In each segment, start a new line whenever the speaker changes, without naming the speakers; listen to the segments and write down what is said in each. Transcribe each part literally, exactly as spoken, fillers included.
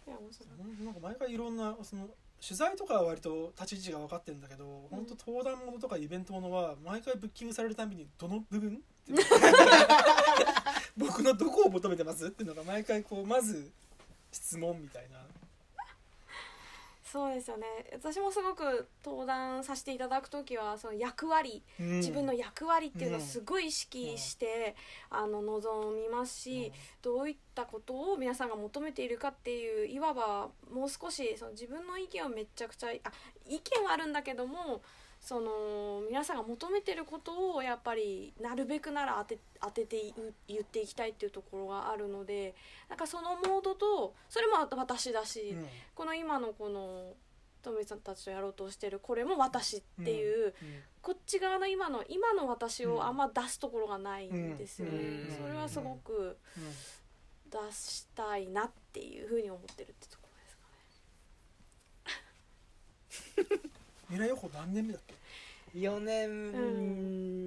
いや面白い。
なんか毎回いろんなその取材とかは割と立ち位置が分かってるんだけど、うん、本当登壇ものとかイベントものは毎回ブッキングされるたびにどの部分って僕のどこを求めてますっていうのが毎回こうまず質問みたいな。
そうですよね。私もすごく登壇させていただくときはその役割、うん、自分の役割っていうのをすごい意識して、うん、あの臨みますし、うん、どういったことを皆さんが求めているかっていういわばもう少しその自分の意見をめちゃくちゃあ意見はあるんだけどもその皆さんが求めていることをやっぱりなるべくなら当て、当てて言っていきたいっていうところがあるのでなんかそのモードとそれも私だし、うん、この今のこのトミーさんたちとやろうとしてるこれも私っていう、うんうん、こっち側の今の今の私をあんま出すところがないんですよね、うん、それはすごく出したいなっていうふうに思ってるってところですかね。
未来予報何年目だっけ？
よねん、うん、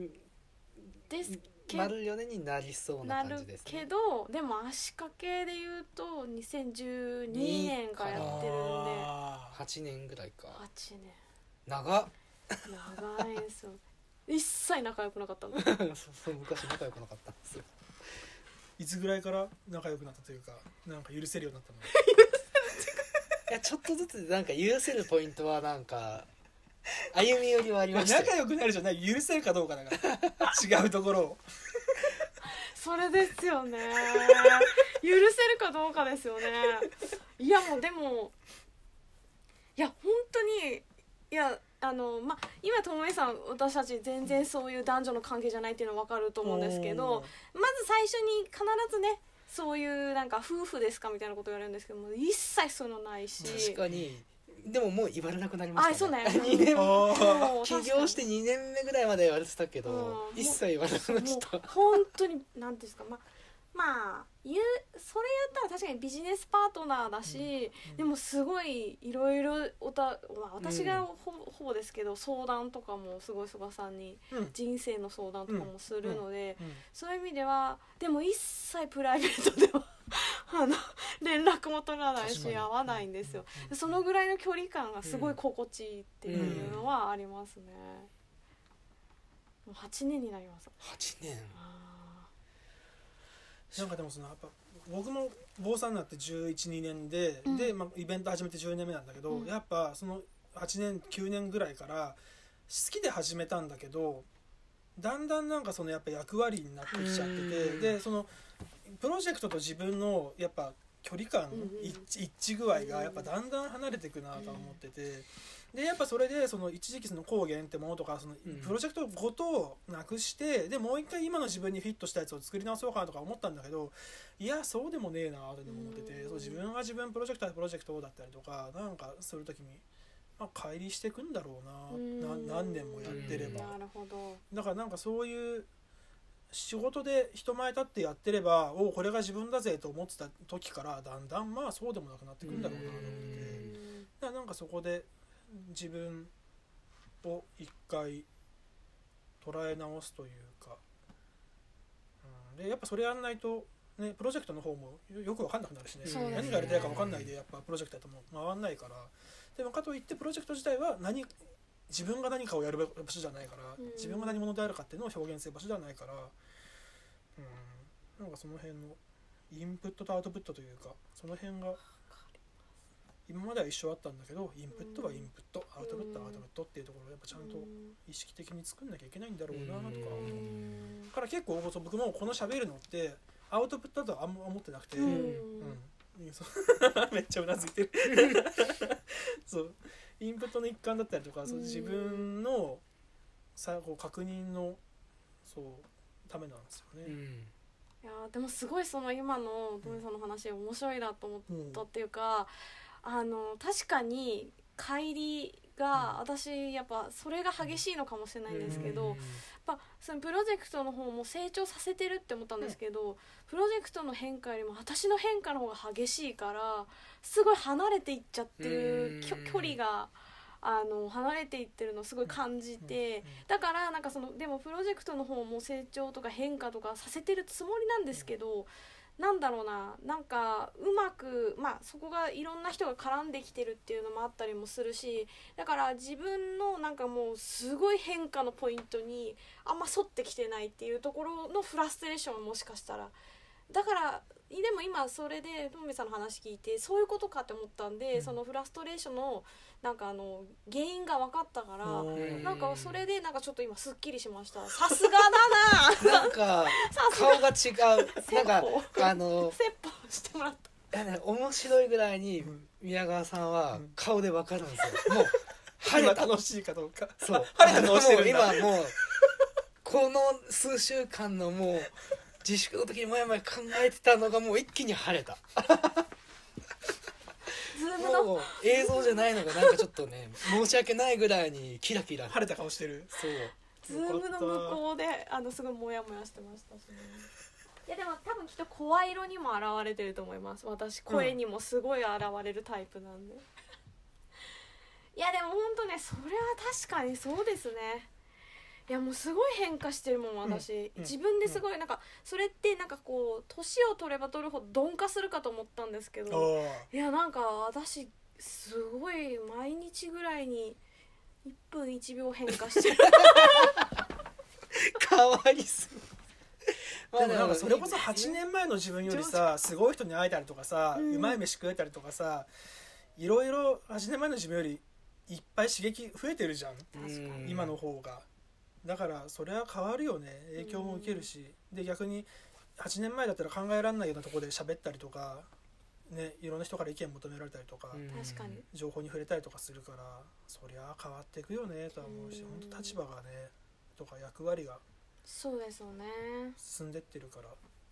ですけ
丸よねんになりそうな感じですね。
なるけどでも足掛けで言うとにせんじゅうにねんからやってるんで
はちねんぐらいか。
はちねん
長っ
長いですよ。一切仲良くなかったの。
そうそう昔仲良くなかったんですよ。
いつぐらいから仲良くなったというかなんか許せるようになったの？
いやちょっとずつなんか許せるポイントはなんか歩み寄りはありましたよ。
仲良くなるじゃない許せるかどうかだから違うところを
それですよね。許せるかどうかですよね。いやもうでもいや本当にいやあのま今ともえさん私たち全然そういう男女の関係じゃないっていうのは分かると思うんですけどまず最初に必ずねそういうなんか夫婦ですかみたいなこと言われるんですけども一切そういうのないし
確かにでももう言われなくなりましたね。
あそうね
にねん起業してにねんめぐらいまで言われてたけど、うん、一切言われなくなっちゃった。
本当になんていうんですかままあ言うそれ言ったら確かにビジネスパートナーだし、うんうん、でもすごいいろいろおた、まあ、私が ほ,、うん、ほぼですけど相談とかもすごい曽我さんに、うん、人生の相談とかもするので、うんうんうん、そういう意味ではでも一切プライベートではあの連絡も取らないし会わないんですよ、うん、そのぐらいの距離感がすごい心地いいっていうのはありますね、もうはちねんになります。
はちねん
なんかでもそのやっぱ僕も坊さんになってじゅういち、にねんで、うん、で、まあ、イベント始めてじゅうねんめなんだけど、うん、やっぱそのはちねんきゅうねんぐらいから好きで始めたんだけどだんだんなんかそのやっぱ役割になってきちゃっててでそのプロジェクトと自分のやっぱ距離感、うん、一, 一致具合がやっぱだんだん離れていくなと思っててでやっぱそれでその一時期その光源ってものとかそのプロジェクトごとをなくしてでもう一回今の自分にフィットしたやつを作り直そうかなとか思ったんだけどいやそうでもねえなと思っててそう自分は自分プロジェクトはプロジェクトだったりとかなんかするときに、まあ、乖離していくんだろうなな何年もやってれば
なるほど
だからなんかそういう仕事で人前立ってやってればおこれが自分だぜと思ってた時からだんだんまあそうでもなくなってくるんだろうなと思っててだからなんかそこで自分を一回捉え直すというか、うん、でやっぱそれやんないと、ね、プロジェクトの方もよく分かんなくなるしね、
ね
何がやりたいか分かんないでやっぱプロジェクトやっても回んないからでもかといってプロジェクト自体は何自分が何かをやる場所じゃないから、うん、自分が何者であるかっていうのを表現する場所ではないから、うん、なんかその辺のインプットとアウトプットというかその辺が今までは一緒だったんだけどインプットはインプット、うん、アウトプットはアウトプットっていうところをやっぱちゃんと意識的に作んなきゃいけないんだろうなとか思う、うん、だから結構僕もこの喋るのってアウトプットだとはあんま思ってなくて、うんうん、めっちゃうなずいてるそうインプットの一環だったりとかそう自分のさこう確認のそうためなんですよね、うん、
いやでもすごいその今のトミさんの話面白いなと思ったっていうか、うん、あの確かに乖離が、うん、私やっぱそれが激しいのかもしれないんですけど、うん、やっぱそのプロジェクトの方も成長させてるって思ったんですけど、うん、プロジェクトの変化よりも私の変化の方が激しいからすごい離れていっちゃってる、うん、距離があの離れていってるのをすごい感じて、だからなんかそのでもプロジェクトの方も成長とか変化とかさせてるつもりなんですけどなんだろうな、なんかうまく、まあそこがいろんな人が絡んできてるっていうのもあったりもするし、だから自分のなんかもうすごい変化のポイントにあんま沿ってきてないっていうところのフラストレーションはもしかしたら、だからでも今それでともみさんの話聞いてそういうことかって思ったんで、うん、そのフラストレーションのなんかあの原因が分かったから、なんかそれでなんかちょっと今すっきりしました。さすがだな。
なんか顔が違う。なんかあの
説法してもらった。
いやね、面白いぐらいに宮川さんは顔で分かるんですよ。もう晴れた
楽しいかどうか。
そう
晴れた顔してるんだ。
今もうこの数週間のもう自粛の時に前々考えてたのがもう一気に晴れた。
ズームの
もう映像じゃないのがなんかちょっとね申し訳ないぐらいにキラキラ
晴れた顔してる。
そう
ズームの向こうであのすごいモヤモヤしてましたし、ね、いやでも多分きっと声色にも現れてると思います。私声にもすごい現れるタイプなんで、うん、いやでも本当ねそれは確かにそうですね。いやもうすごい変化してるもん私、うん、自分ですごいなんかそれってなんかこう年を取れば取るほど鈍化するかと思ったんですけど、いやなんか私すごい毎日ぐらいにいっぷんいちびょう変化してる。
かわいそう。
でもなんかそれこそはちねんまえの自分よりさすごい人に会えたりとかさ、うん、うまい飯食えたりとかさ、いろいろはちねんまえの自分よりいっぱい刺激増えてるじゃん。
確かに
今の方がだからそれは変わるよね。影響も受けるし、で逆にはちねんまえだったら考えられないようなところで喋ったりとか、ね、いろんな人から意見求められたりとか、
確かに
情報に触れたりとかするから、そりゃ変わっていくよねとは思うし、本当立場がねとか役割が
そうですよね
進んでってるから。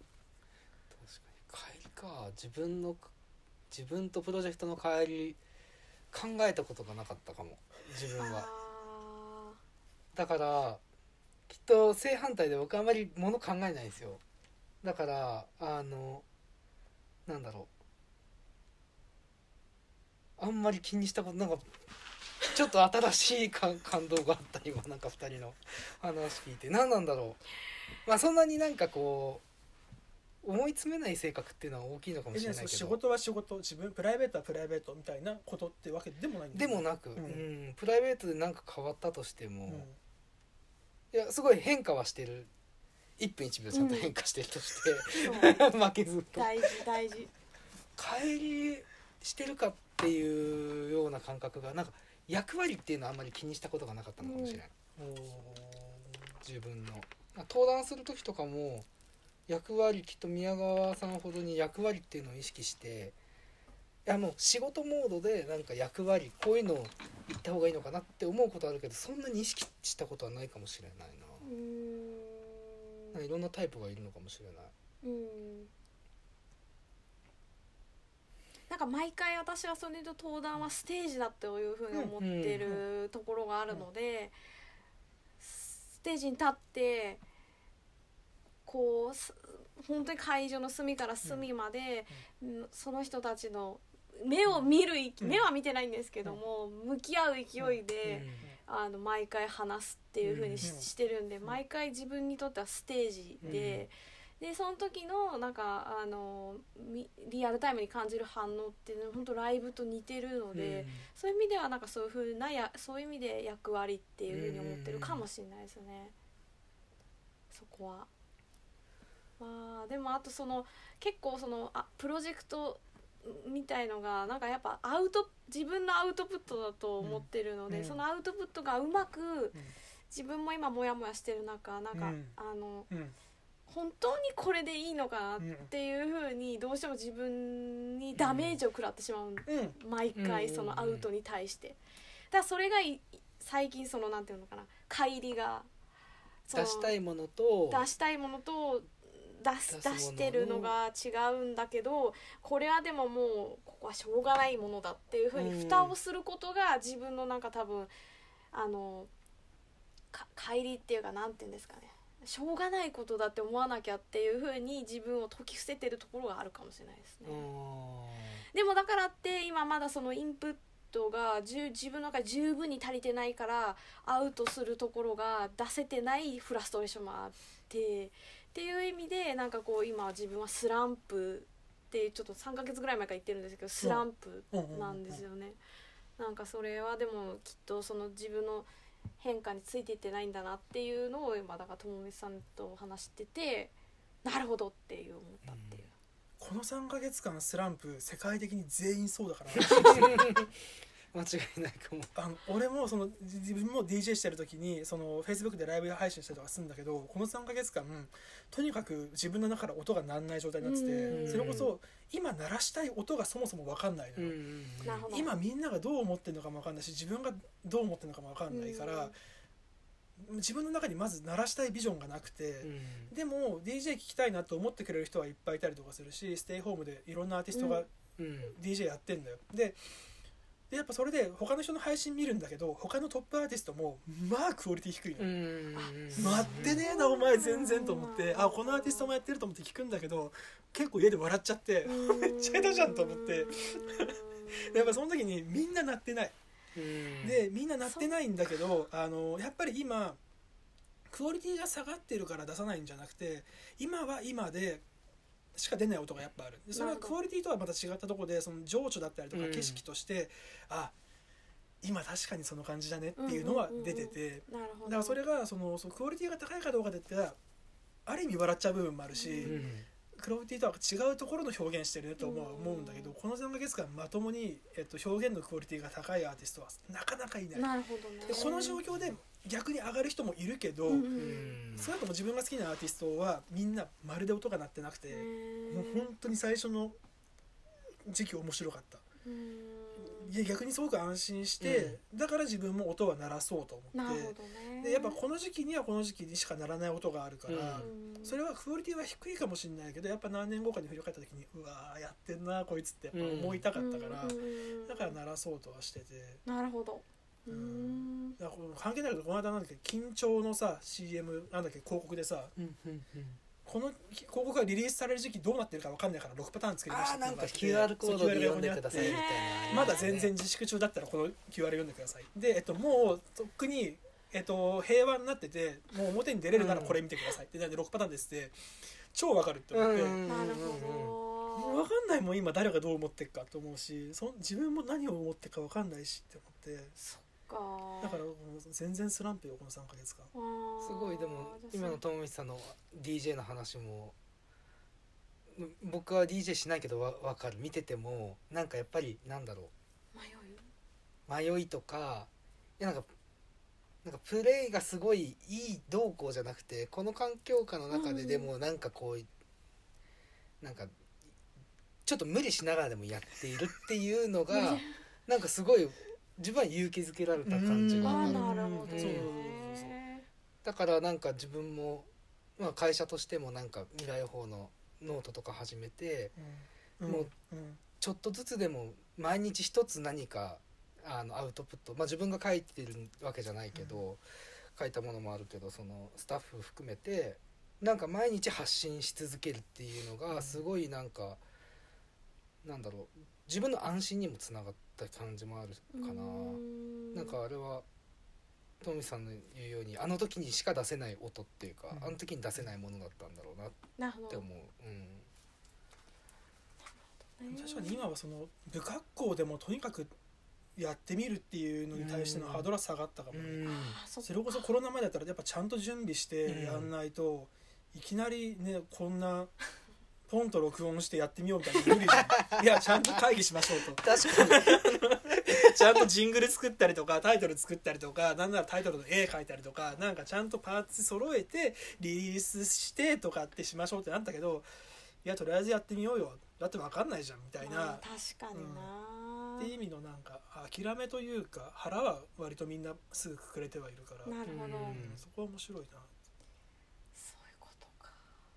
確かに帰りか自分の自分とプロジェクトの帰り考えたことがなかったかも自分は。だからきっと正反対で僕あんまりもの考えないんですよ。だからあのなんだろうあんまり気にしたことなんかちょっと新しい感動があった今なんかふたりの話聞いて何なんだろう。まあそんなになんかこう思い詰めない性格っていうのは大きいのかもしれないけど、
仕事は仕事自分プライベートはプライベートみたいなことってわけでもないんだ
でもなく、うんうん、プライベートで何か変わったとしても、うんいやすごい変化はしてる。いっぷんいちびょうちゃんと変化してるとして、うん、負けずと
大事大事
帰りしてるかっていうような感覚がなんか役割っていうのはあんまり気にしたことがなかったのかもしれない、うん、自分の登壇する時とかも役割きっと宮川さんほどに役割っていうのを意識していやもう仕事モードでなんか役割こういうのを言った方がいいのかなって思うことあるけどそんなに意識したことはないかもしれないな。
うーん
なんかいろんなタイプがいるのかもしれない。
うんなんか毎回私はそれと登壇はステージだというふうに思ってるところがあるので、ステージに立ってこう本当に会場の隅から隅まで、その人たちの目を見る、目は見てないんですけども、向き合う勢いで、あの毎回話すっていう風に し,、してるんで、毎回自分にとってはステージで、でその時のなんかあのリアルタイムに感じる反応っていうのは本当ライブと似てるので、そういう意味ではなんかそういう風なやそういう意味で役割っていう風に思ってるかもしれないですね、そこは。まあでもあとその結構そのあプロジェクトみたいのがなんかやっぱアウト自分のアウトプットだと思ってるので、うん、そのアウトプットがうまく、うん、自分も今モヤモヤしてる中なんか、うん、あの、うん、本当にこれでいいのかなっていう風にどうしても自分にダメージを食らってしまう、うん、毎回そのアウトに対して、だからそれが最近そのなんていうのかな乖離が
出したいものと
出したいものと出, 出してるのが違うんだけど、これはでももうここはしょうがないものだっていう風に蓋をすることが自分のなんか多分あの乖離っていうかなんていうんですかね、しょうがないことだって思わなきゃっていう風に自分を解き伏せてるところがあるかもしれないですね。でもだからって今まだそのインプットが自分の中で十分に足りてないからアウトするところが出せてないフラストレーションもあってっっていう意味でなんかこう今自分はスランプってちょっとさんかげつぐらい前から言ってるんですけどスランプなんですよね。なんかそれはでもきっとその自分の変化についていってないんだなっていうのを今だからともみさんと話しててなるほどっていう思ったっていう、
このさんかげつかんスランプ世界的に全員そうだから
間違いないかも。
あの俺もその自分も ディージェー してる時にその Facebook でライブ配信したりとかするんだけど、このさんかげつかんとにかく自分の中から音が鳴んない状態になってて、それこそ今鳴らしたい音がそもそも分かんないのよ、今みんながどう思ってるのかも分かんないし自分がどう思ってるのかも分かんないから、自分の中にまず鳴らしたいビジョンがなくて、でも ディージェー 聞きたいなと思ってくれる人はいっぱいいたりとかするし、ステイホームでいろんなアーティストが ディージェー やってんだよ。ででやっぱそれで他の人の配信見るんだけど、他のトップアーティストもまあクオリティ低いの、待ってねえなお前全然と思って、あこのアーティストもやってると思って聞くんだけど結構家で笑っちゃってめっちゃ下手じゃんと思ってやっぱその時にみんな鳴ってない、でみんな鳴ってないんだけど、あのやっぱり今クオリティが下がってるから出さないんじゃなくて、今は今でしか出ない音がやっぱある。でそれはクオリティとはまた違ったところで、その情緒だったりとか景色として、うん、あ今確かにその感じだねっていうのは出てて、だからそれがそのそのクオリティが高いかどうかで言ったらある意味笑っちゃう部分もあるし、うん、クオリティとは違うところの表現してるねと思う、うん、思うんだけど、このさんかげつかんまともに、えっと、表現のクオリティが高いアーティストはなかなかいない。
なるほどね。
でこの状況で逆に上がる人もいるけど、うん、それとも自分が好きなアーティストはみんなまるで音が鳴ってなくて、もう本当に最初の時期面白かった。いや逆にすごく安心して、うん、だから自分も音は鳴らそうと思って、ね、でやっぱこの時期にはこの時期にしか鳴らない音があるから、うん、それはクオリティは低いかもしれないけど、やっぱ何年後かに振り返った時にうわーやってんなこいつってやっぱ思いたかったから、うん、だから鳴らそうとはしてて。
なるほど。
うん、だから関係ないけどこの間なんだっけ緊張のさ シーエム なんだっけ広告でさ、うんうんうん、この広告がリリースされる時期どうなってるか分かんないからろくパターン作りましたっていうのがあって、
あなんか キューアール コードで読んでくださいみたいな、
まだ全然自粛中だったらこの キューアール 読んでくださいで、えっと、もうとっくに、えっと、平和になっててもう表に出れるならこれ見てくださいって、うん、でろくパターンですって超分かるって思って、うん、
なるほ
ど分かんないもん今誰がどう思ってるかと思うし、そ自分も何を思ってるか分かんないしって思って、だから全然スランプよこのさんかげつかん。
すごいでも今のともみさんの ディージェー の話も僕は ディージェー しないけどわ分かる。見ててもなんかやっぱりなんだろう迷い迷いとか、いやなんかなんかプレイがすごいいいどうこうじゃなくて、この環境下の中ででもなんかこうなんかちょっと無理しながらでもやっているっていうのがなんかすごい自分は勇気づけられた感じがある。
なるほどね。
だからなんか自分も、まあ、会社としてもなんか未来法のノートとか始めて、うん、もうちょっとずつでも毎日一つ何かあのアウトプット、まあ、自分が書いてるわけじゃないけど、うん、書いたものもあるけどそのスタッフ含めてなんか毎日発信し続けるっていうのがすごいなんか、うん、なんだろう自分の安心にもつながった感じもあるかな。なんかあれはトミさんの言うようにあの時にしか出せない音っていうか、うん、あの時に出せないものだったんだろうなって思う。
うん、確かに今はその不格好でもとにかくやってみるっていうのに対してのハードルは下がったかもね。うん、それこそコロナ前だったらやっぱちゃんと準備してやんないと、うん、いきなりねこんなポンと録音してやってみようみたいな無理じゃん。いやちゃんと会議しましょうと。
確かに
ちゃんとジングル作ったりとかタイトル作ったりとか、なんならタイトルの絵描いたりとか、なんかちゃんとパーツ揃えてリリースしてとかってしましょうってなったけど、いやとりあえずやってみようよだって分かんないじゃんみたいな、
まあ、確かにな、
うん、っていう意味のなんか諦めというか腹は割とみんなすぐくくれてはいるから、
なるほど、うん、
そこは面白いな。
そういうことか。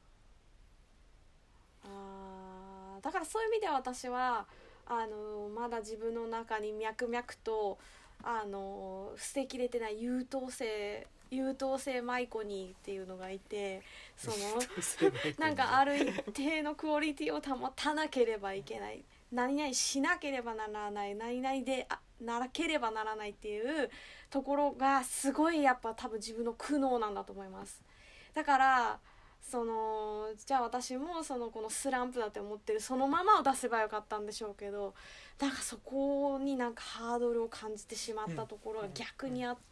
あだからそういう意味では私はあのまだ自分の中に脈々とあの捨てきれてない優等生優等生マイコニーっていうのがいて、そのなんかある一定のクオリティを保たなければいけない、何々しなければならない、何々であならければならないっていうところがすごいやっぱ多分自分の苦悩なんだと思います。だからそのじゃあ私もそのこのスランプだって思ってるそのままを出せばよかったんでしょうけど、なんかそこになんかハードルを感じてしまったところが逆にあって、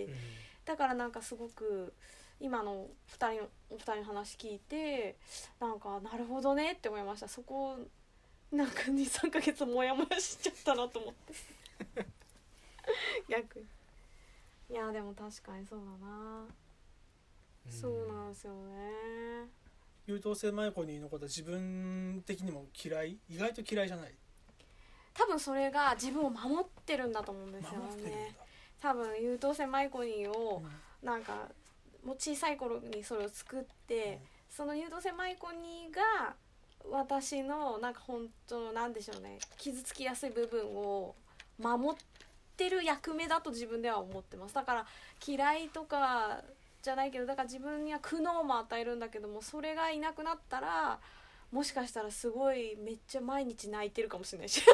うん
だからなんかすごく今のふたりのお二人の話聞いてなんかなるほどねって思いました。そこなんか にさんかげつモヤモヤしちゃったなと思って逆に。いやでも確かにそうだな、うん、そうなんですよね。
優等生マイコニーのことは自分的にも嫌い、意外と嫌いじゃない。
多分それが自分を守ってるんだと思うんですよね。多分優等生マイコニーをなんかもう小さい頃にそれを作って、うん、その優等生マイコニーが私のなんか本当のなんでしょうね、傷つきやすい部分を守ってる役目だと自分では思ってます。だから嫌いとかじゃないけど、だから自分には苦悩も与えるんだけども、それがいなくなったらもしかしたらすごいめっちゃ毎日泣いてるかもしれないし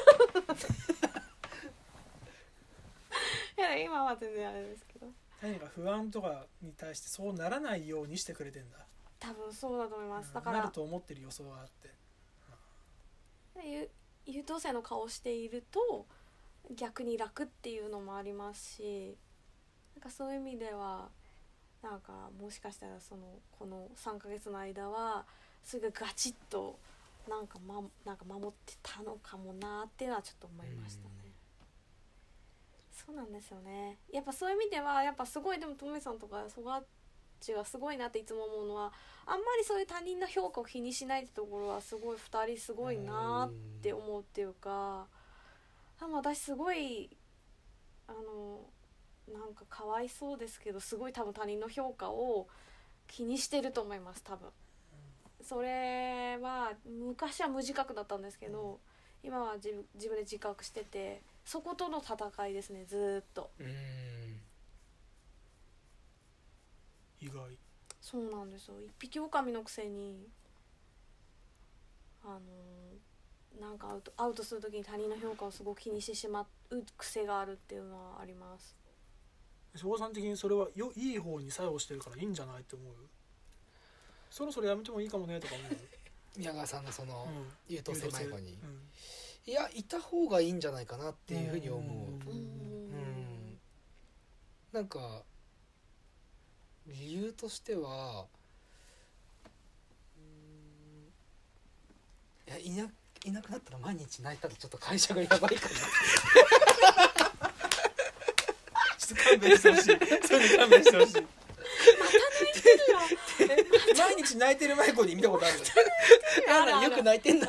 いや今は全然あれですけど、
何か不安とかに対してそうならないようにしてくれてんだ。
多分そうだと思います。だか
ら
ら
なると思ってる予想があって、
優優等生の顔をしていると逆に楽っていうのもありますし、なんかそういう意味ではなんかもしかしたらそのこのさんかげつの間はすぐガチッとなんか、ま、なんか守ってたのかもなっていうのはちょっと思いましたね。そうなんですよね。やっぱそういう意味ではやっぱすごい、でもともみさんとかそがっちはすごいなっていつも思うのは、あんまりそういう他人の評価を気にしないってところはすごいふたりすごいなって思うっていうか、多分私すごいあのなんかかわいそうですけどすごい多分他人の評価を気にしてると思います。多分それは昔は無自覚だったんですけど、今は自分、自分で自覚してて、そことの戦いですね、ずっと。
うーん、
意外。
そうなんですよ。一匹狼のくせにあのなんかアウト、アウトするときに他人の評価をすごく気にしてしまう癖があるっていうのはあります。
翔吾さん的にそれはよいい方に作用してるからいいんじゃないって思う？そろそろやめてもいいかもねとか思う？
宮川さんのその、うん、優等生迷子に、
うん、
いやいた方がいいんじゃないかなっていうふうに思う。うん、うん、なんか理由としては、いやいないなくなったら毎日泣いたらちょっと会社がやばいかな
ちょっと勘弁してほしい。それ勘弁してほしい。毎日泣いてるマイコに見たことある。
あらよく泣いてんだ。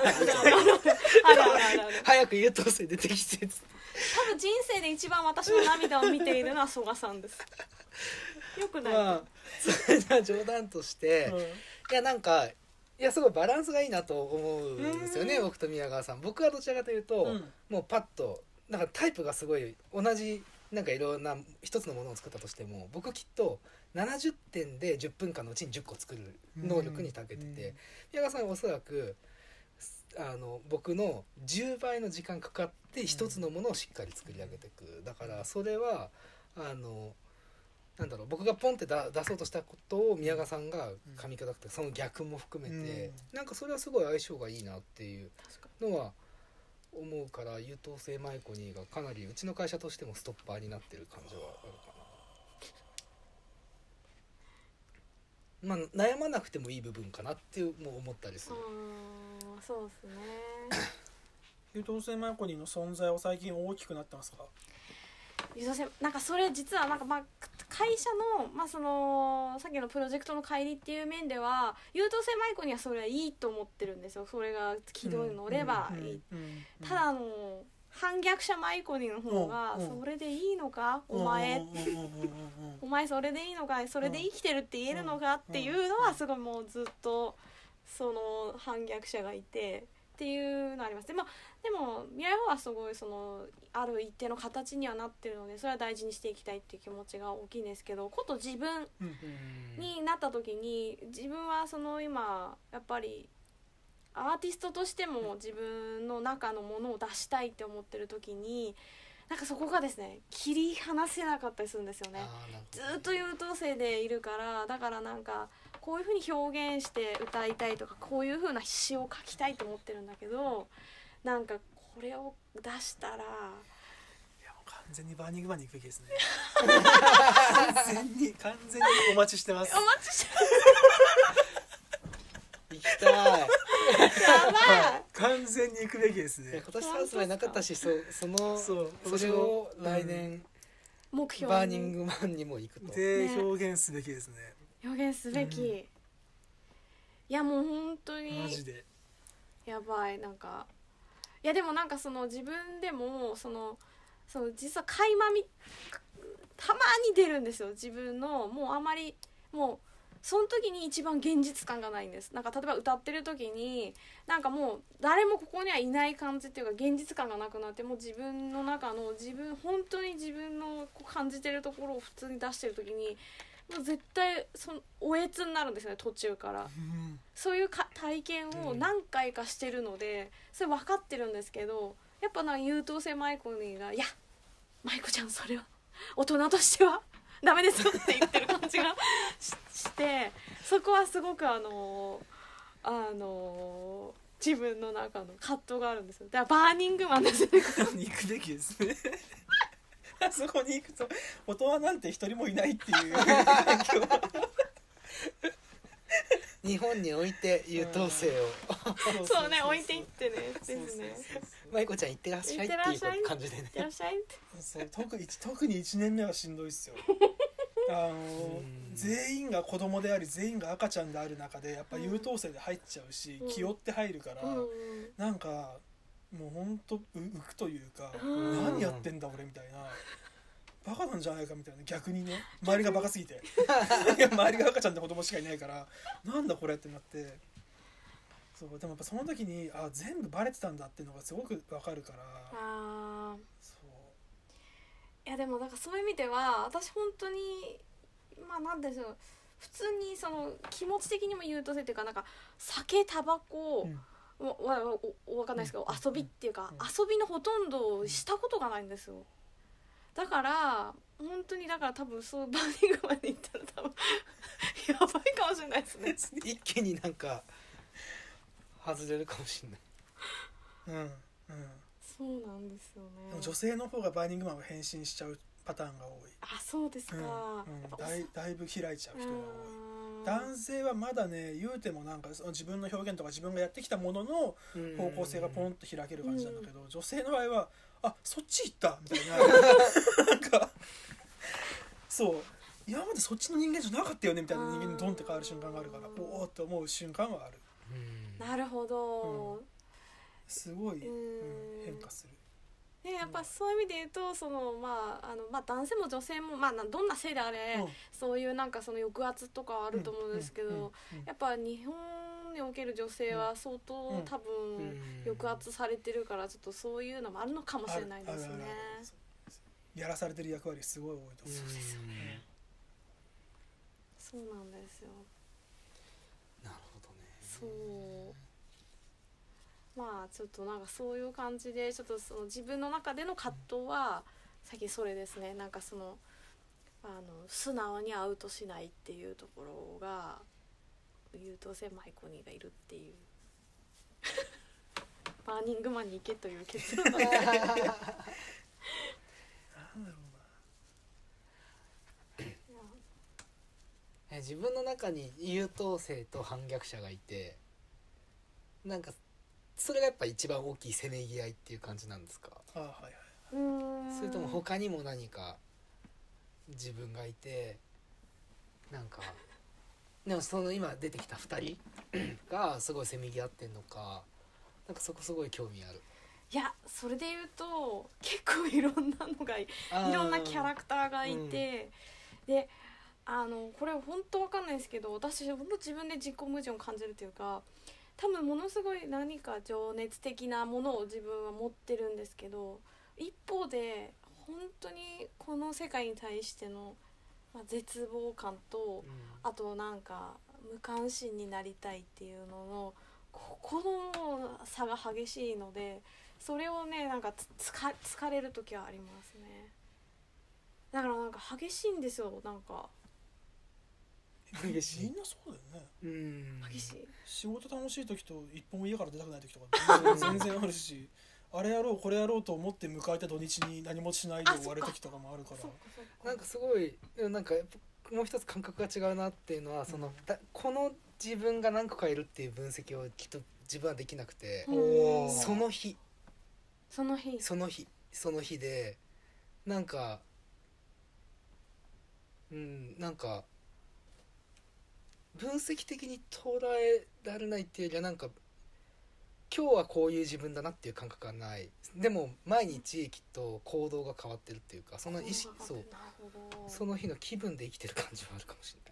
早く優等生出てきて。
多分人生で一番私の涙を見ているのは曽我さんです。よくない。まあ、
それじゃ冗談として、うん、いやなんかいやすごいバランスがいいなと思うんですよね、僕と宮川さん。僕はどちらかというと、うん、もうパッとなんかタイプがすごい同じ。なんかいろんな一つのものを作ったとしても僕きっとななじゅってんでじゅっぷんかんのうちにじゅっこ作る能力に長けてて、宮川さんはおそらくあの僕のじゅうばいの時間かかって一つのものをしっかり作り上げていく。だからそれはあのなんだろう、僕がポンってだ出そうとしたことを宮川さんが噛み砕くと、その逆も含めてなんかそれはすごい相性がいいなっていうのは思うから、優等生マイコニーがかなりうちの会社としてもストッパーになってる感じはあるかな。まあ悩まなくてもいい部分かなっていうも思ったりする。
あ、そうですね。
優等生マイコニーの存在は最近大きくなってますか？
優等生なんかそれ実はなんかまあ会社のまあそのさっきのプロジェクトの帰りっていう面では優等生マイコにはそれはいいと思ってるんですよ。それが軌道に乗ればいい。ただあの反逆者マイコニの方がそれでいいのかお前お前それでいいのかそれで生きてるって言えるのかっていうのはすごいもうずっとその反逆者がいてっていうのあります。でもでも未来法はすごいそのある一定の形にはなってるので、それは大事にしていきたいっていう気持ちが大きいんですけど、こと自分になった時に自分はその今やっぱりアーティストとしても自分の中のものを出したいって思ってる時になんかそこがですね切り離せなかったりするんですよね。ずっと優等生でいるから、だからなんかこういう風に表現して歌いたいとかこういう風な詩を書きたいと思ってるんだけど、なんかこれを出したら
いやもう完全にバーニングマンに行くべきですね完全に完全にお待ちしてます。
お待ちして
行きたい
やばい
完全に行くべきですね。
今年発売なかったし、そその
そう
それを来年、
うん、目標
バーニングマンにも行くと
で、ね、表現すべきですね。
表現すべき、うん、いやもう本当に
マジで
やばい。なんかいやでもなんかその自分でもそのその実は垣間見たまに出るんですよ、自分のもうあまりもうその時に一番現実感がないんです。なんか例えば歌ってる時になんかもう誰もここにはいない感じっていうか現実感がなくなって、もう自分の中の自分本当に自分のこう感じてるところを普通に出してる時にもう絶対そのおえつになるんですよね、途中から、うん、そういうか体験を何回かしてるので、それ分かってるんですけど、やっぱなんか優等生舞子にがいや舞子ちゃんそれは大人としてはダメですよって言ってる感じが し, してそこはすごくあのあの自分の中の葛藤があるんですよ。だからバーニングマンですね
行くべきですねあそこに行くと大人なんて一人もいないっていう
日本に置いて優等生を
そうね、置いていってねですね。
舞子ちゃん行ってらっしゃいっていう感じでね。
行ってらっしゃいって
そう特に特にいちねんめはしんどいっすよあの全員が子供であり全員が赤ちゃんである中でやっぱ優等生で入っちゃうし、うん、気負って入るから、うん、なんかもうほんと浮くというか、うん、何やってんだ俺みたいな、バカなんじゃないかみたいな、逆にね周りがバカすぎていや周りが赤ちゃんって子供しかいないからなんだこれってなって、そうでもやっぱその時にあ全部バレてたんだっていうのがすごくわかるから。
あ
そう
いやでもなんかそういう意味では私本当にまあなんでしょう、普通にその気持ち的にも優等生っていうかなんか酒タバコ、うん、わ, わ, わかんないですけど、うん、遊びっていうか、うん、遊びのほとんどをしたことがないんですよ。だから本当にだから多分そうバーニングマンに行ったら多分やばいかもしれないですね
一気になんか外れるかもしれない。
うんうん
そうなんですよね。
でも女性の方がバーニングマンを変身しちゃうパターンが多い。
あ、そうですか、うんうん、
だ, いだいぶ開いちゃう人が多い。男性はまだね言うてもなんかその自分の表現とか自分がやってきたものの方向性がポンと開ける感じなんだけど、女性の場合はあそっち行ったみたいななんかそう今までそっちの人間じゃなかったよねみたいな人間にドンって変わる瞬間があるから、おおって思う瞬間はある。
なるほど、
うん、すごい、うん、変化する。
ね、やっぱそういう意味で言うとその、まああのまあ、男性も女性も、まあ、どんな性であれ、うん、そういうなんかその抑圧とかはあると思うんですけど、うんうんうんうん、やっぱ日本における女性は相当、うん、多分抑圧されてるからちょっとそういうのもあるのかもしれないですね。
やらされてる役割すごい多いと思う。
そうですよね。そうなんですよ。
なるほどね。
そうまあちょっとなんかそういう感じでちょっとその自分の中での葛藤はさっきそれですね、なんかそのあの素直にアウトしないっていうところが優等生舞子にがいるっていうバーニングマンに行けという結論なんだなんだろう
な自分の中に優等生と反逆者がいて、なんかそれがやっぱ一番大きいせめぎ合いっていう感じなんですか？
あ、はいはい、
うーん
それとも他にも何か自分がいて、なんかでもその今出てきたふたりがすごいせめぎ合ってんのか、なんかそこすごい興味ある。
いやそれで言うと結構いろんなのがいろんなキャラクターがいて、うん、であのこれ本当わかんないですけど、私本当自分で自己矛盾を感じるというか、多分ものすごい何か情熱的なものを自分は持ってるんですけど、一方で本当にこの世界に対しての、まあ、絶望感と、うん、あとなんか無関心になりたいっていうののここの差が激しいので、それをねなんかつつか疲れる時はありますね。だからなんか激しいんですよ。なんか
激しい
みんなそうだよね。
うん
激しい。
仕事楽しい時と一歩も家から出たくない時とか全然あるしあれやろうこれやろうと思って迎えた土日に何もしないで終わる時とかもあるから。
そっかそっか。
なんかすごいなんかやっぱもう一つ感覚が違うなっていうのは、そのだこの自分が何個かいるっていう分析をきっと自分はできなくて、
うん
その日
その日
その日その日でなんかうんなんか分析的に捉えられないっていうよりはなんか今日はこういう自分だなっていう感覚がない。でも毎日きっと行動が変わってるっていうか、その意識そう
なるほど。
その日の気分で生きてる感じはあるかもしれない。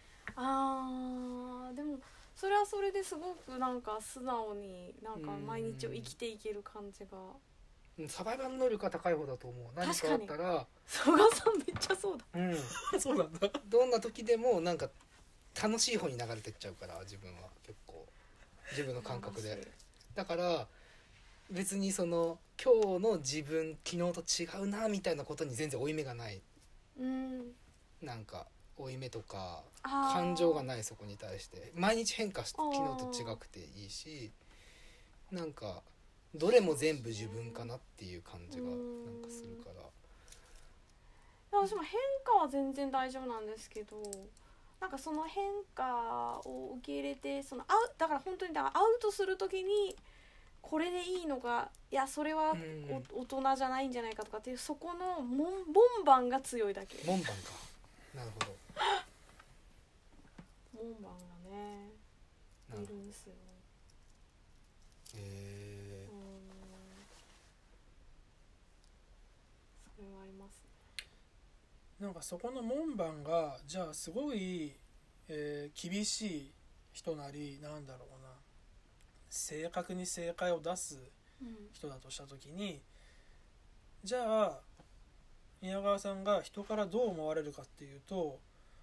あーでもそれはそれですごくなんか素直になんか毎日を生きていける感じが。
うんサバイバル能力が高い方だと思う。何かあったら
曽我さんめっちゃそうだ。
うん
そうなんだ。
どんな時でもなんか楽しい方に流れてっちゃうから、自分は結構自分の感覚で。だから別にその今日の自分昨日と違うなみたいなことに全然負い目がない。
うん
なんか負い目とか
あー
感情がない。そこに対して毎日変化して昨日と違くていいし、なんかどれも全部自分かなっていう感じがなんかするから。
私も変化は全然大丈夫なんですけど、なんかその変化を受け入れてそのアウだから本当にだからアウトするときにこれでいいのか、いやそれはお大人じゃないんじゃないかとかっていうそこの門ボンバンが強いだけ。
門番か。なるほど。
門番がね
なる
いるんですよ。
へ
うんそれはありますね。
なんかそこの門番がじゃあすごい、えー厳しい人なりなんだろうな正確に正解を出す
うん
人だとした時に、じゃあ宮川さんが人からどう思われるかっていうと、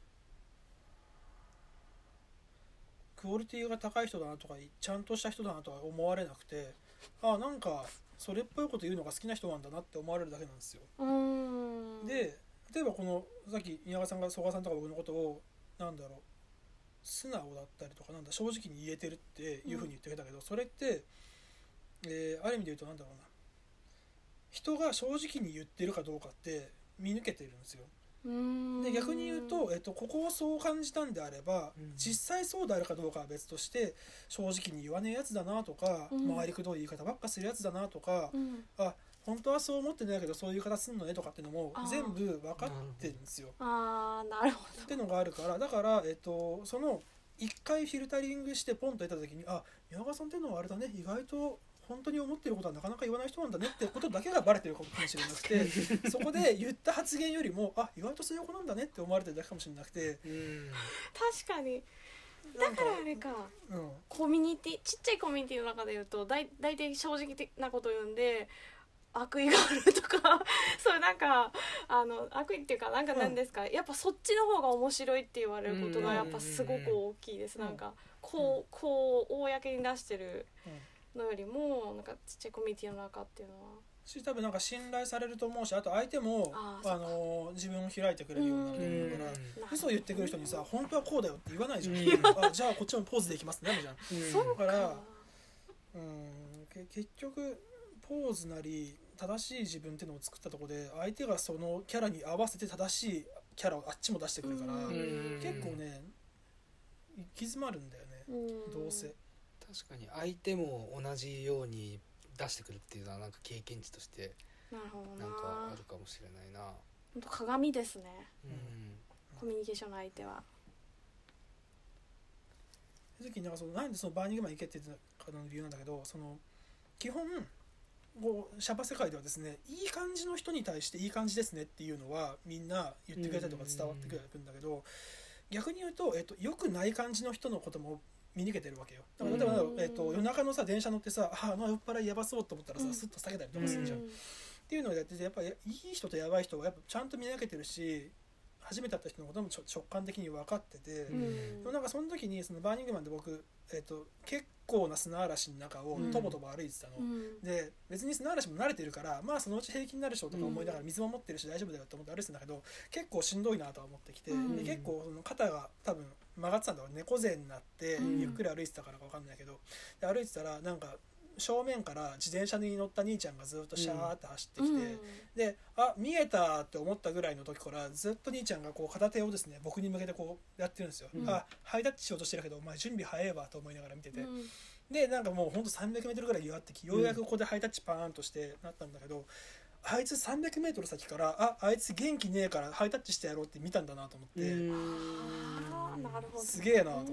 クオリティが高い人だなとかちゃんとした人だなとは思われなくて、あなんかそれっぽいこと言うのが好きな人なんだなって思われるだけなんですよ。
うーん
で例えばこのさっき宮川さんが曽我さんとか僕のことをなんだろう素直だったりとかなんだ正直に言えてるっていうふうに言ってくれたけど、それって、えーある意味で言うとなんだろうな人が正直に言ってるかどうかって見抜けてるんですよ。
うーん
で逆に言うと、えっと、ここをそう感じたんであれば、
うん
実際そうであるかどうかは別として正直に言わねえやつだなとか、
うん
回りくどい言い方ばっかするやつだなとか、
うん
あ本当はそう思ってないけどそういう言い方すんのねとかっていうのも
あー
全部分かってるんですよ。
あーなるほ
ってのがあるからだから、えっと、その一回フィルタリングしてポンと得た時にあ宮川さんっていうのはあれだね意外と本当に思ってることはなかなか言わない人なんだねってことだけがバレてるかもしれなくてそこで言った発言よりもあ意外とそういう子なんだねって思われてるだけかもしれなくて
え。うん
確かにだからあれか
うん
コミュニティちっちゃいコミュニティの中で言うとだい大体正直なこと言うんで悪意があるとかそういうなんかあの悪意っていうかなんか何ですか、やっぱそっちの方が面白いって言われることがやっぱすごく大きいです、
うん
なんかこうこう公に出してるのよりもなんかちっちゃいコミュニティの中っていうのは
し多分なんか信頼されると思うしあと相手もあ
あーそっか
の自分を開いてくれるようになると思うから
うん
嘘を言ってくる人にさ本当はこうだよって言わないじゃん、
うん
あじゃあこっちもポーズでいきますねじゃん。
うん
そう
だから
か
うんけ結局ポーズなり正しい自分っていうのを作ったところで相手がそのキャラに合わせて正しいキャラをあっちも出してくるから、
うん
結構ね行き詰まるんだよね、
うん
どうせ。
確かに相手も同じように出してくるっていうのはなんか経験値として
なるほど
なんか
な
あるかもしれないな。
本当鏡ですね
うん
コミュニケーションの相手は
その時になんかそのなんでそのバーニングマン行けって言ってたかの理由なんだけどその基本こうシャバ世界ではですねいい感じの人に対していい感じですねっていうのはみんな言ってくれたりとか伝わってくるんだけど逆に言うと、えっと、良くない感じの人のことも見抜けてるわけよ。だから例えば、
うん
えっと、夜中のさ電車乗ってさああの酔っ払いやばそうと思ったらさ、
うん
スッと下げたりとかするじゃん、
うん
っていうのをやっててやっぱりいい人とやばい人はやっぱちゃんと見分けてるし初めて会った人のこともちょ直感的に分かってて、
うん
でもなんかその時にそのバーニングマンで僕、えっと、結構な砂嵐の中をとぼとぼ歩いてたの、
うん
で別に砂嵐も慣れてるからまあそのうち平気になるでしょとか思いながら水も持ってるし大丈夫だよと思って歩いてたんだけど結構しんどいなとは思ってきて、
うん
で結構その肩が多分曲がってたんだろう、猫背になって
うん
ゆっくり歩いてたからか分かんないけど、で歩いてたらなんか正面から自転車に乗った兄ちゃんがずっとシャーって走ってきて、
うん
であ見えたって思ったぐらいの時からずっと兄ちゃんがこう片手をですね僕に向けてこうやってるんですよ、
うん、
あハイタッチしようとしてるけどお前準備早えわと思いながら見てて、
うん
でなんかもうほんとさんびゃくメートルぐらい弱ってきようやくここでハイタッチパーンとしてなったんだけど、あいつさんびゃくメートル先からああいつ元気ねえからハイタッチしてやろうって見たんだなと思って、
あーなるほど、
すげえなと思って、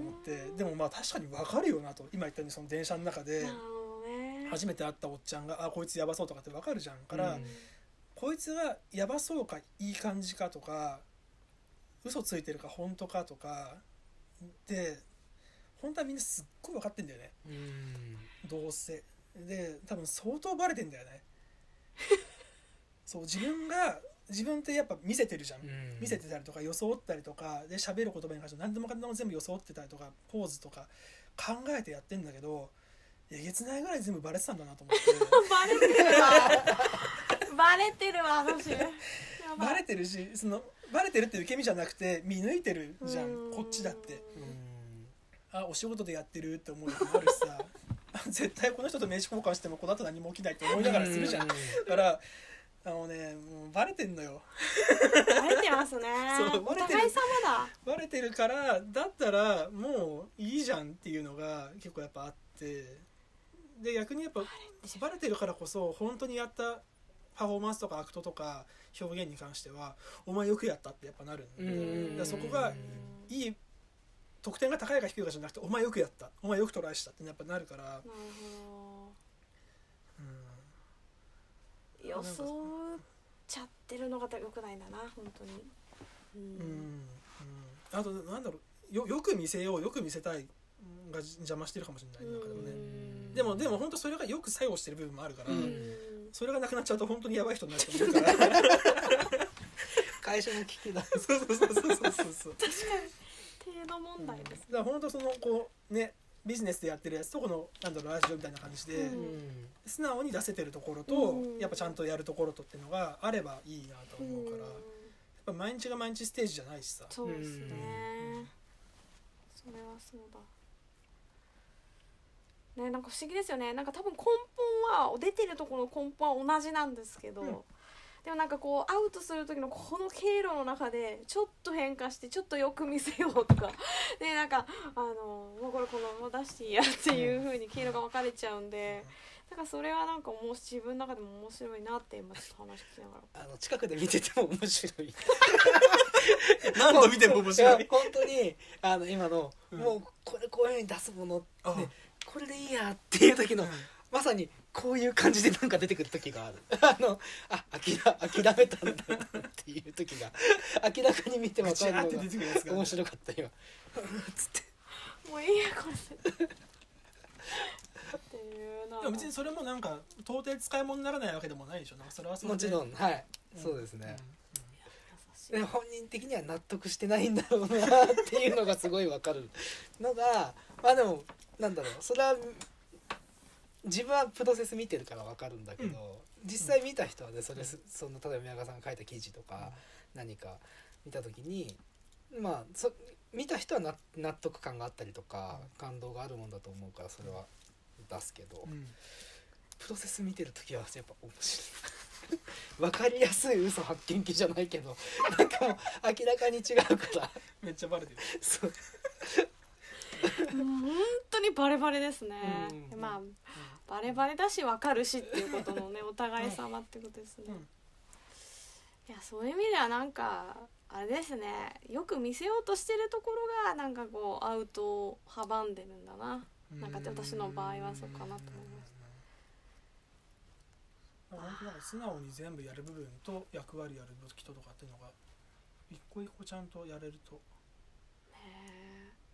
でもまあ確かに分かるよなと、今言ったようにその電車の中で
なるほどね、
初めて会ったおっちゃんがあこいつやばそうとかって分かるじゃんから、
うん
こいつがやばそうかいい感じかとか嘘ついてるか本当かとかで本当はみんなすっごい分かってんだよね、
うん
どうせで多分相当バレてんだよねそう自分が自分ってやっぱ見せてるじゃん、
うん
見せてたりとか装ったりとかで喋る言葉に関して何でもかんでも全部装ってたりとかポーズとか考えてやってんだけどえげつないぐらい全部バレてたんだなと思って
バレてるわバレてるわ私やばい
バレてるしそのバレてるって受け身じゃなくて見抜いてるじゃんこっちだってあお仕事でやってるって思う時もあるしさ絶対この人と名刺交換してもこの後何も起きないって思いながらするじゃん、だからあのねもうバレてんのよ
バレてますね
そう
お
バレてる
互い様だ
バレてるからだったらもういいじゃんっていうのが結構やっぱあってで逆にやっぱバレてるからこそ本当にやったパフォーマンスとかアクトとか表現に関してはお前よくやったってやっぱなるんで、
うん
だからそこがいい得点が高いか低いかじゃなくてお前よくやったお前よくトライしたってやっぱなるから、
なる
うん、
ほど装っちゃってるのが良くないんだな本当にうん、
うんうん、あとなんだろう よ, よく見せようよく見せたいが邪魔してるかもしれない中でもね、でもでも本当それがよく作用してる部分もあるから、
うん
それがなくなっちゃうと本当にやばい人になる人もいるから
会社の危機だ
そうそうそうそうそうそう
確かに程度問題です、
だから本当そのこうねビジネスでやってるやつとこのなんだろうラジオみたいな感じで、
うん
素直に出せてるところと、
うん
やっぱちゃんとやるところとっていうのがあればいいなと思うから、やっぱ毎日が毎日ステージじゃないしさ、
そうですね、
うん
それはそうだね、なんか不思議ですよね。なんか多分根本は出てるところの根本は同じなんですけど、
うん
でもなんかこうアウトする時のこの経路の中でちょっと変化してちょっとよく見せようとかでなんかあのもうこれこのまま出していいやっていう風に経路が分かれちゃうんで、だからそれはなんかもう自分の中でも面白いなって今ちょっと話聞きながら
あの近くで見てても面白い
何度見ても面白い
や本当にあの今の、
うん
もうこれこういう風に出すもの、
あ
ね、これでいいやっていう時の、
うん
まさにこういう感じでなんか出てくる時があるあのあ諦諦めたんだなっていう時が明らかに見て分かるのが
ガチャーって出てくるやつが
面白かった今つって
もういいやこれっていうのは
でも別にそれもなんか到底使い物にならないわけでもないでしょ。なんかそれはそれで
もちろんはい、
うん
そうですね、
優しい
で本人的には納得してないんだろうなっていうのがすごい分かるのがまあでもなんだろうそれは自分はプロセス見てるから分かるんだけど、うん、実際見た人はねそれその例えば宮川さんが書いた記事とか何か見た時にまあそ見た人はな納得感があったりとか感動があるもんだと思うからそれは出すけど、うん、プロセス見てる時はやっぱ面白い分かりやすい嘘発見器じゃないけどなんかもう明らかに違うから
めっちゃバレてる
そう
もう本当にバレバレですね、
うん、
まあ、うん、バレバレだし分かるしっていうことのねお互い様ってことですね、うん、いやそういう意味ではなんかあれですねよく見せようとしてるところがなんかこうアウトを阻んでるんだな、なんか私の場合はそうかなと思いました。
本当なんか素直に全部やる部分と役割やる人とかっていうのが一個一個ちゃんとやれると、
ね